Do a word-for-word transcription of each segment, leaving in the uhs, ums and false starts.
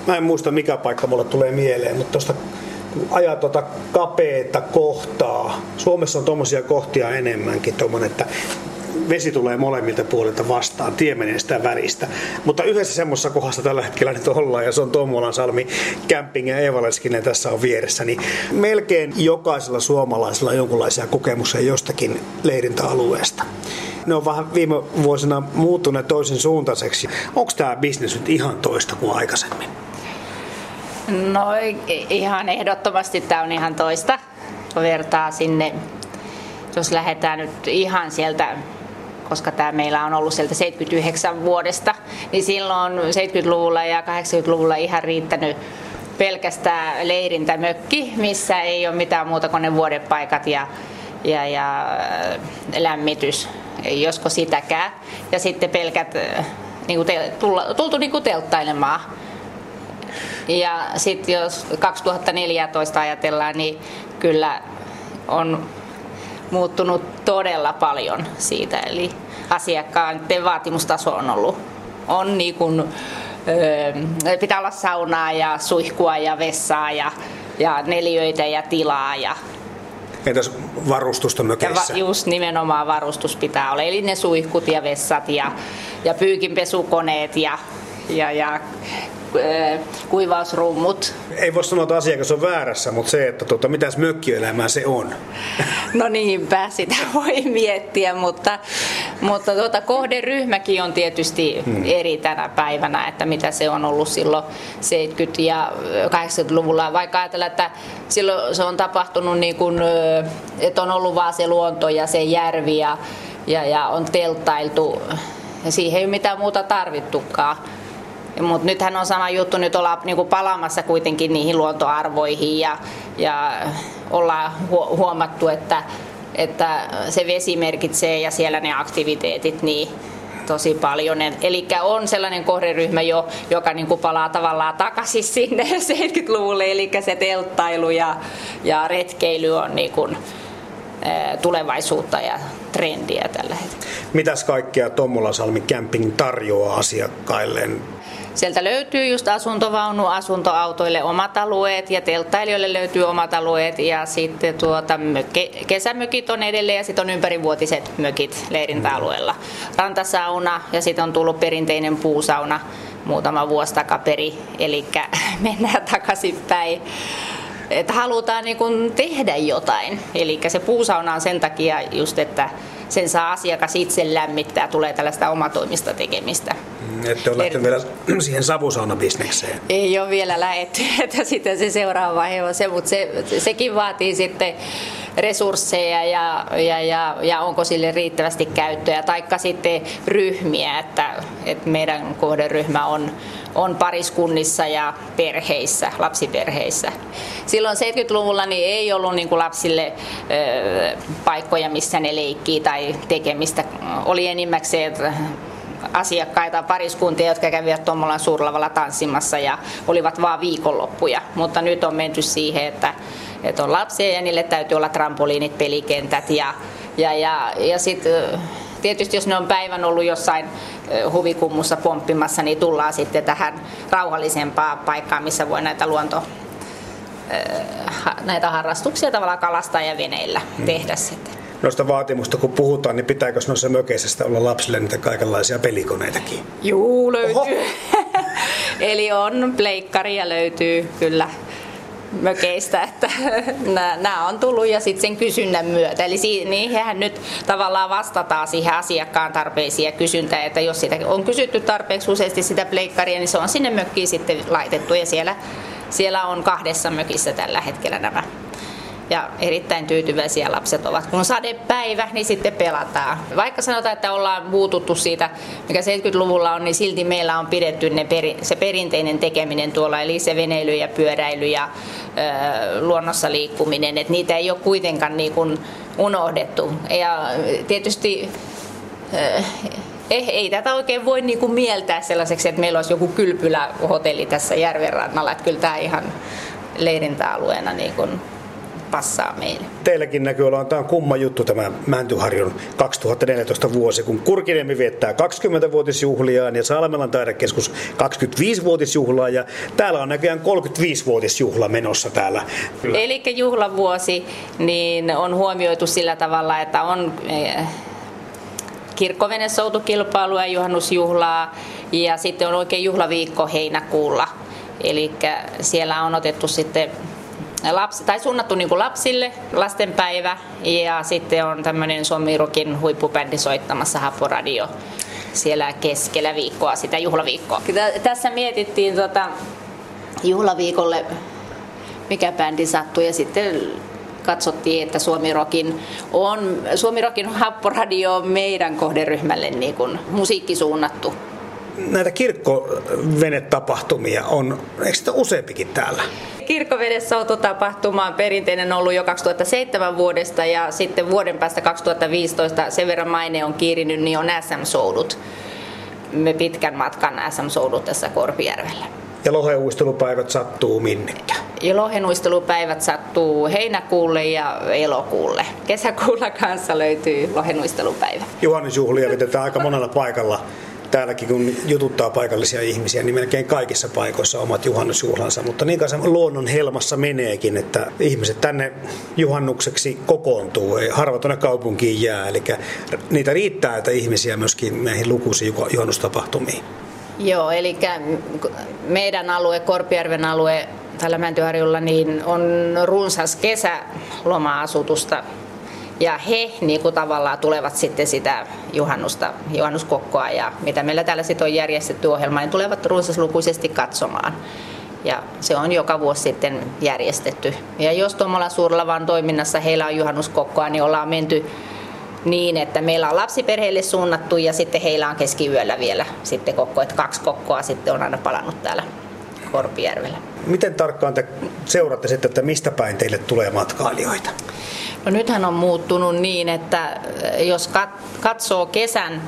mä en muista mikä paikka mulle tulee mieleen, mutta tuosta kun ajaa tuota kapeeta kohtaa, Suomessa on tommosia kohtia enemmänkin, tommonen, että vesi tulee molemmilta puolilta vastaan, tie menee sitä väristä. Mutta yhdessä semmoisessa kohdassa tällä hetkellä nyt ollaan, ja se on Tommolansalmi Camping ja Eeva Leskinen tässä on vieressä. Niin melkein jokaisella suomalaisella on jonkunlaisia kokemuksia jostakin leirintäalueesta. Ne on vähän viime vuosina muuttuneet toisen suuntaiseksi. Onko tämä bisnes nyt ihan toista kuin aikaisemmin? No ihan ehdottomasti tämä on ihan toista. Vertaa sinne, jos lähdetään nyt ihan sieltä, koska tämä meillä on ollut sieltä seitsemänkymmentäyhdeksän vuodesta, niin silloin seitsemänkymmentäluvulla ja kahdeksankymmentäluvulla ihan riittänyt pelkästään leirintämökki, missä ei ole mitään muuta kuin ne vuodepaikat ja, ja, ja lämmitys, josko sitäkään. Ja sitten pelkät, niin kuin te, tultu niin kuin telttailemaan. Ja sitten jos kaksituhattaneljätoista ajatellaan, niin kyllä on muuttunut todella paljon siitä. Eli asiakkaan vaatimustaso on ollut. On niin kuin, öö, pitää olla saunaa ja suihkua ja vessaa ja, ja neliöitä ja tilaa. Ja, entäs varustusta mökeissä? Ja va, just nimenomaan varustus pitää olla. Eli ne suihkut ja vessat ja, ja pyykinpesukoneet ja, ja, ja kuivausrummut. Ei voi sanoa, että asiakas on väärässä, mutta se, että tuota, mitäs mökkielämää se on? No niinpä, sitä voi miettiä, mutta, mutta tuota, kohderyhmäkin on tietysti hmm. eri tänä päivänä, että mitä se on ollut silloin seitsemänkymmentä- ja kahdeksankymmentäluvulla. Vaikka ajatellaan, että silloin se on tapahtunut niin kuin, että on ollut vaan se luonto ja se järvi ja, ja, ja on telttailtu. Ja siihen ei ole mitään muuta tarvittukaan. Mutta nythän on sama juttu, nyt ollaan niinku palaamassa kuitenkin niihin luontoarvoihin ja, ja ollaan huomattu, että, että se vesi merkitsee ja siellä ne aktiviteetit niin tosi paljon. Eli on sellainen kohderyhmä jo, joka niinku palaa tavallaan takaisin sinne seitsemänkymmentäluvulle, eli se telttailu ja, ja retkeily on niinku tulevaisuutta ja trendiä tällä hetkellä. Mitäs kaikkea Tommolansalmi Camping tarjoaa asiakkailleen? Sieltä löytyy just asuntovaunu, asuntoautoille omat alueet ja telttailijoille löytyy omat alueet ja sitten tuota, mökke, kesämökit on edelleen ja sitten on ympärivuotiset mökit leirintäalueella. Rantasauna ja sitten on tullut perinteinen puusauna muutama vuosi takaperi, eli mennään takaisinpäin. Että halutaan niin kun tehdä jotain. Eli se puusauna on sen takia just, että sen saa asiakas itse lämmittää, tulee tällaista omatoimista tekemistä. Ette ole lähtenyt vielä siihen savusaunabisnekseen? Ei ole vielä lähdetty, että sitten se seuraava vaihe on se, mutta se, sekin vaatii sitten resursseja ja, ja, ja, ja onko sille riittävästi käyttöä, taikka sitten ryhmiä, että, että meidän kohderyhmä on, on pariskunnissa ja perheissä, lapsiperheissä. Silloin seitsemänkymmentäluvulla niin ei ollut niin kuin lapsille ö, paikkoja, missä ne leikkii tai tekemistä. Oli enimmäkseen asiakkaita, pariskuntia, jotka kävivät Tommolan Suurlavalla tanssimassa ja olivat vaan viikonloppuja. Mutta nyt on menty siihen, että, että on lapsia ja niille täytyy olla trampoliinit, pelikentät ja, ja, ja, ja sitten tietysti jos ne on päivän ollut jossain huvikummussa pomppimassa, niin tullaan sitten tähän rauhallisempaan paikkaan, missä voi näitä luonto näitä harrastuksia tavallaan kalastaa ja veneillä hmm. tehdä sitten. Noista vaatimusta kun puhutaan, niin pitääkö noissa mökeissä olla lapsille niitä kaikenlaisia pelikoneitakin? Juu, löytyy. Eli on pleikkaria löytyy kyllä mökeistä, että nämä on tullut ja sitten sen kysynnän myötä. Eli niihin nyt tavallaan vastataan siihen asiakkaan tarpeisiin ja kysyntään, että jos sitä on kysytty tarpeeksi useasti sitä pleikkaria, niin se on sinne mökkiin sitten laitettu ja siellä, siellä on kahdessa mökissä tällä hetkellä nämä. Ja erittäin tyytyväisiä lapset ovat. Kun on sadepäivä, niin sitten pelataan. Vaikka sanotaan, että ollaan muututtu siitä, mikä seitsemänkymmentäluvulla on, niin silti meillä on pidetty ne peri, se perinteinen tekeminen tuolla, eli se veneily ja pyöräily ja ö, luonnossa liikkuminen. Et niitä ei ole kuitenkaan niin kuin unohdettu. Ja tietysti ö, ei, ei tätä oikein voi niin kuin mieltää sellaiseksi, että meillä olisi joku kylpylähotelli tässä järven rannalla. Että kyllä tämä ihan leirintäalueena niin kuin passaa meille. Teilläkin näkyy olevan, tämä on kumma juttu tämä Mäntyharjun kaksituhattaneljätoista vuosi, kun Kurkiniemi viettää kaksikymmentävuotisjuhliaan ja Salmelan taidekeskus kaksikymmentäviisivuotisjuhlaa ja täällä on näköjään kolmekymmentäviisivuotisjuhla menossa täällä. Eli juhlavuosi niin on huomioitu sillä tavalla, että on kirkkovenesoutukilpailua ja juhannusjuhlaa ja sitten on oikein juhlaviikko heinäkuulla. Eli siellä on otettu sitten lapsi, tai suunnattu niin kuin lapsille lastenpäivä ja sitten on tämmöinen Suomi Rockin huippubändi soittamassa Haporadio siellä keskellä viikkoa, sitä juhlaviikkoa. Tässä mietittiin tota juhlaviikolle, mikä bändi sattui ja sitten katsottiin, että Suomi Rockin on, Suomi Rockin Haporadio on meidän kohderyhmälle niin kuin musiikki suunnattu. Näitä kirkkovenetapahtumia on, eikö sitä useampikin täällä? Kirkkovenesoutotapahtuma on perinteinen ollut jo kaksituhattaseitsemän vuodesta ja sitten vuoden päästä kaksituhattaviisitoista sen verran maine on kiirinyt, niin on S M-soudut. Me pitkän matkan S M-soudut tässä Korpijärvellä. Ja lohenuistelupäivät sattuu minnekään? Ja lohenuistelupäivät sattuu heinäkuulle ja elokuulle. Kesäkuulla kanssa löytyy lohenuistelupäivä. Juhannusjuhlia vietetään aika monella paikalla. Täälläkin kun jututtaa paikallisia ihmisiä, niin melkein kaikissa paikoissa omat juhannusjuhlansa, mutta niin kanssa luonnon helmassa meneekin, että ihmiset tänne juhannukseksi kokoontuu, ei harva tuonne kaupunkiin jää, eli niitä riittää, että ihmisiä myöskin näihin lukuisiin juhannustapahtumiin. Joo, eli meidän alue, Korpijärven alue täällä Mäntyharjulla, niin on runsas kesäloma-asutusta. Ja he niin kuin tavallaan tulevat sitten sitä juhannusta, juhannuskokkoa ja mitä meillä täällä sitten on järjestetty ohjelma, niin tulevat runsaslukuisesti katsomaan. Ja se on joka vuosi sitten järjestetty. Ja jos tuommoilla Suurlavan toiminnassa heillä on juhannuskokkoa, niin ollaan menty niin, että meillä on lapsiperheille suunnattu ja sitten heillä on keskiyöllä vielä sitten kokko, että kaksi kokkoa sitten on aina palannut täällä Korpijärvellä. Miten tarkkaan te seuraatte sitten, että mistä päin teille tulee matkailijoita? No nythän on muuttunut niin, että jos katsoo kesän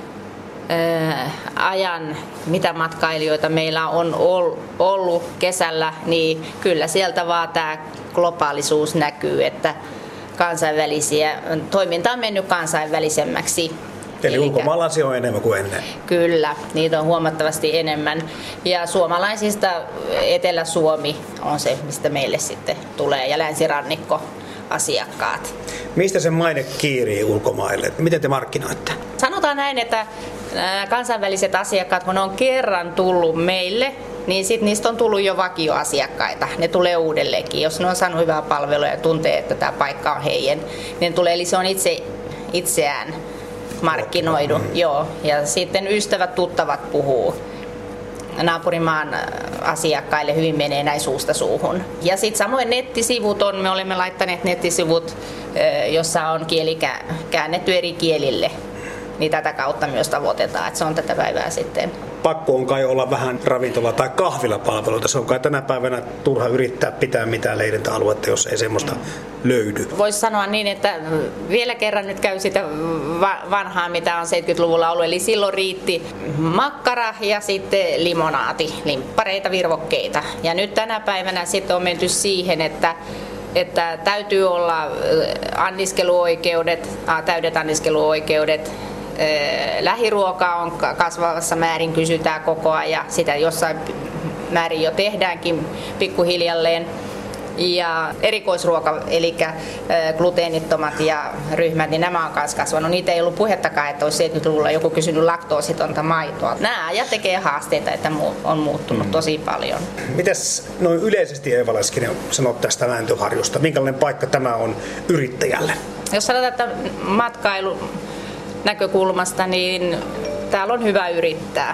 ajan, mitä matkailijoita meillä on ollut kesällä, niin kyllä sieltä vaan tämä globaalisuus näkyy, että kansainvälisiä, toiminta on mennyt kansainvälisemmäksi. Eli Elikkä, ulkomaalaisia on enemmän kuin ennen? Kyllä, niitä on huomattavasti enemmän. Ja suomalaisista Etelä-Suomi on se, mistä meille sitten tulee, ja länsirannikko asiakkaat. Mistä se maine kiirii ulkomaille? Miten te markkinoitte? Sanotaan näin, että kansainväliset asiakkaat, kun ne on kerran tullut meille, niin sit niistä on tullut jo vakioasiakkaita. Ne tulee uudelleenkin. Jos ne on saanut hyvää palvelua ja tuntee, että tämä paikka on heidän, niin tulee, eli se on itse, itseään markkinoidu. Mm. Joo. Ja sitten ystävät, tuttavat puhuu naapurimaan asiakkaille, hyvin menee näin suusta suuhun. Ja sitten samoin nettisivut on, me olemme laittaneet nettisivut, jossa on kieli käännetty eri kielille. Niin tätä kautta myös tavoitetaan, että se on tätä päivää sitten. Pakko on kai olla vähän ravintola- tai kahvilapalveluita. Se on kai tänä päivänä turha yrittää pitää mitään leirintäaluetta, jos ei semmoista löydy. Voisi sanoa niin, että vielä kerran nyt käy sitä vanhaa, mitä on seitsemänkymmentäluvulla ollut. Eli silloin riitti makkara ja sitten limonaati, limppareita, virvokkeita. Ja nyt tänä päivänä sitten on menty siihen, että että täytyy olla anniskeluoikeudet, täydet anniskeluoikeudet. Lähiruokaa on kasvavassa määrin, kysytään koko ajan ja sitä jossain määrin jo tehdäänkin pikkuhiljalleen. Ja erikoisruoka, eli gluteenittomat ja ryhmät, niin nämä on myös kasvanut. Niitä ei ollut puhettakaan, että olisi seitsemänkymmentäluvulla joku kysynyt laktoositonta maitoa. Nämä ajat tekee haasteita, että on muuttunut tosi paljon. Mitäs noin yleisesti Eeva Leskinen sanot tästä Mäntyharjusta? Minkälainen paikka tämä on yrittäjälle? Jos sanotaan, että matkailun näkökulmasta, niin täällä on hyvä yrittää.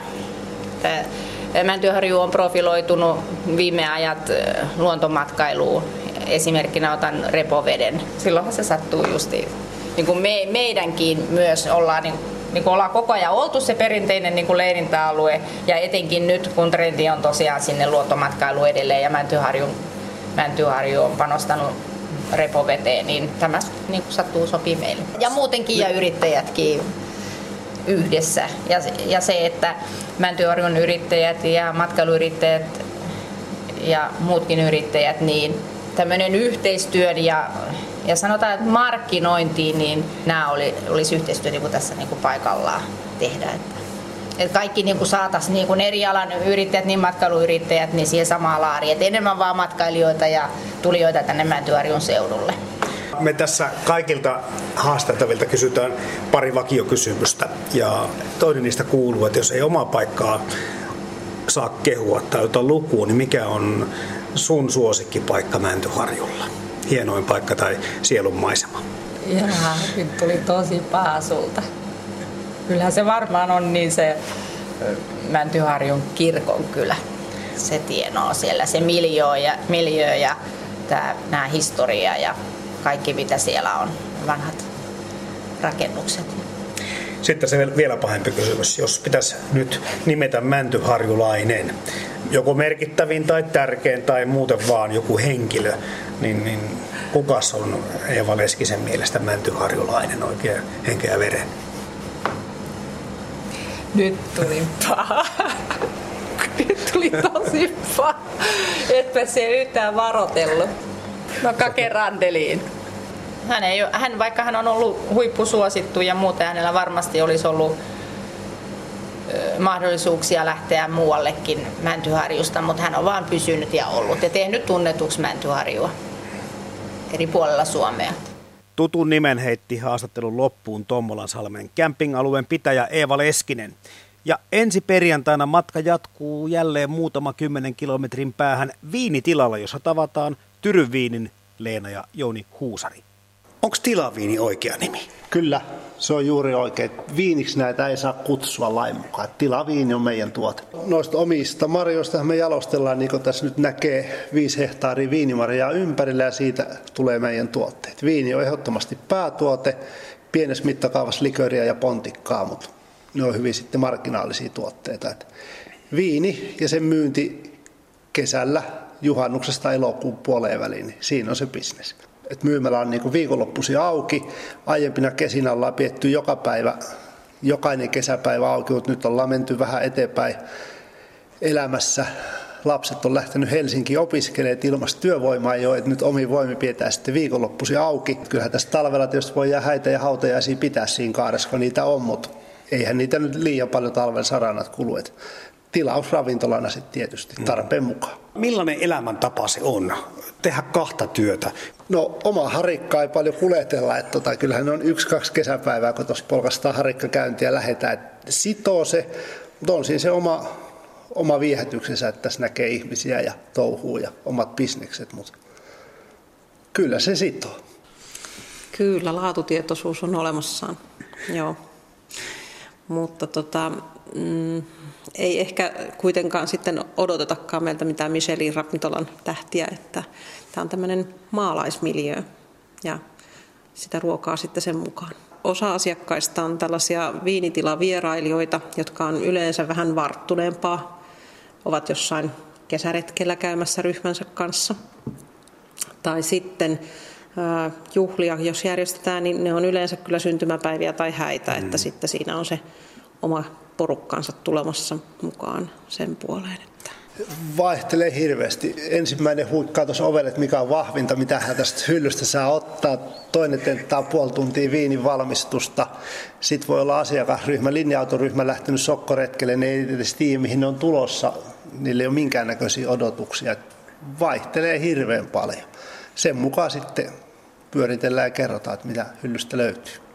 Mäntyharju on profiloitunut viime ajat luontomatkailuun. Esimerkkinä otan Repoveden. Silloinhan se sattuu justiin. Niin kuin me, meidänkin myös ollaan, niin, niin kuin ollaan koko ajan oltu se perinteinen niin kuin leirintäalue. Ja etenkin nyt, kun trendi on tosiaan sinne luontomatkailuun edelleen ja Mäntyharju, Mäntyharju on panostanut Repoveteen, niin tämä niin kuin sattuu sopii meille. Ja muutenkin ja yrittäjätkin yhdessä. Ja, ja se, että Mäntyharjun yrittäjät ja matkailuyrittäjät ja muutkin yrittäjät, niin tämmöinen yhteistyön ja, ja sanotaan, että markkinointiin, niin nämä oli, olisi yhteistyö niin kuin tässä niin kuin paikallaan tehdä. Että, että kaikki niin kuin saataisiin niin kuin eri alan yrittäjät, niin matkailuyrittäjät, niin siihen samaan laariin. Että enemmän vaan matkailijoita ja tulijoita tänne Mäntyharjun seudulle. Me tässä kaikilta haastateltavilta kysytään pari vakiokysymystä ja toinen niistä kuuluu, että jos ei omaa paikkaa saa kehua tai ottaa lukuun, niin mikä on sun suosikkipaikka Mäntyharjulla? Hienoin paikka tai sielunmaisema? Jaha, nyt tuli tosi paha sulta. Kyllähän se varmaan on niin se Mäntyharjun kirkon kylä. Se tienoo siellä, se miljöö ja, miljöö ja tää, nää historia ja kaikki mitä siellä on, vanhat rakennukset. Sitten se vielä pahempi kysymys, jos pitäisi nyt nimetä mäntyharjulainen, joko merkittävin tai tärkein tai muuten vaan joku henkilö, niin, niin kukas on Eeva Leskisen mielestä mäntyharjulainen oikein henkeä ja veren? Nyt tuli paha. Nyt tuli tosi paha. Etpä se yhtään varotellut. No Kake Randeliin. Hän ei, hän, vaikka hän on ollut huippusuosittu ja muuten hänellä varmasti olisi ollut ö, mahdollisuuksia lähteä muuallekin Mäntyharjusta, mutta hän on vaan pysynyt ja ollut ja tehnyt tunnetuksi Mäntyharjua eri puolella Suomea. Tutun nimen heitti haastattelun loppuun Tommolansalmen campingalueen pitäjä Eeva Leskinen. Ja ensi perjantaina matka jatkuu jälleen muutama kymmenen kilometrin päähän viinitilalla, jossa tavataan Tyryviinin Leena ja Jouni Huusari. Onko tilaviini oikea nimi? Kyllä, se on juuri oikein. Viiniksi näitä ei saa kutsua lain mukaan. Tilaviini on meidän tuote. Noista omista marjoista me jalostellaan, niin kuin tässä nyt näkee, viisi hehtaaria viinimarjaa ympärillä ja siitä tulee meidän tuotteet. Viini on ehdottomasti päätuote, pienessä mittakaavassa liköriä ja pontikkaa, mutta ne on hyvin sitten marginaalisia tuotteita. Et viini ja sen myynti kesällä juhannuksesta elokuun puoleen väliin, niin siinä on se bisnes. Et myymälä on niin viikonloppuisin auki. Aiempina kesinä ollaan pietty joka päivä, jokainen kesäpäivä auki, mutta nyt ollaan menty vähän eteenpäin elämässä. Lapset on lähtenyt Helsinkiin opiskelemaan, ilmasta työvoimaa jo, että nyt omiin voimin pidetään sitten viikonloppuisin auki. Kyllähän tässä talvella tietysti voi jää häitä ja hautajaisia pitää siinä kaaressa, kun niitä on, mutta eihän niitä nyt liian paljon talven saranat kulu. Tilausravintolana sitten tietysti tarpeen mukaan. Millainen elämäntapa se on? Tehdä kahta työtä? No oma harikka ei paljon kuljetella. Että tota, kyllähän on yksi, kaksi kesäpäivää, kun tuossa polkastaan harikkakäyntiä ja lähdetään. Että sitoo se, mutta on siinä se oma, oma viehätyksensä, että tässä näkee ihmisiä ja touhuu ja omat bisnekset. Mutta kyllä se sitoo. Kyllä, laatutietoisuus on olemassaan. Joo. Mutta tota... Mm, ei ehkä kuitenkaan sitten odotetakaan meiltä mitään Michelin ravintolan tähtiä, että tämä on tämmöinen maalaismiljöö ja sitä ruokaa sitten sen mukaan. Osa asiakkaista on tällaisia viinitilavierailijoita, jotka on yleensä vähän varttuneempaa, ovat jossain kesäretkellä käymässä ryhmänsä kanssa. Tai sitten äh, juhlia, jos järjestetään, niin ne on yleensä kyllä syntymäpäiviä tai häitä, mm. että sitten siinä on se oma porukkansa tulemassa mukaan sen puoleen. Että. Vaihtelee hirveästi. Ensimmäinen huikkaa tuossa ovelle, että mikä on vahvinta, mitä hän tästä hyllystä saa ottaa. Toinen tenttaa puoli tuntia viinin valmistusta. Sitten voi olla asiakasryhmä, linja-autoryhmä lähtenyt sokkoretkelle, ne ei edes tiedä, mihin ne on tulossa. Niillä ei ole minkäännäköisiä odotuksia. Vaihtelee hirveän paljon. Sen mukaan sitten pyöritellään ja kerrotaan, että mitä hyllystä löytyy.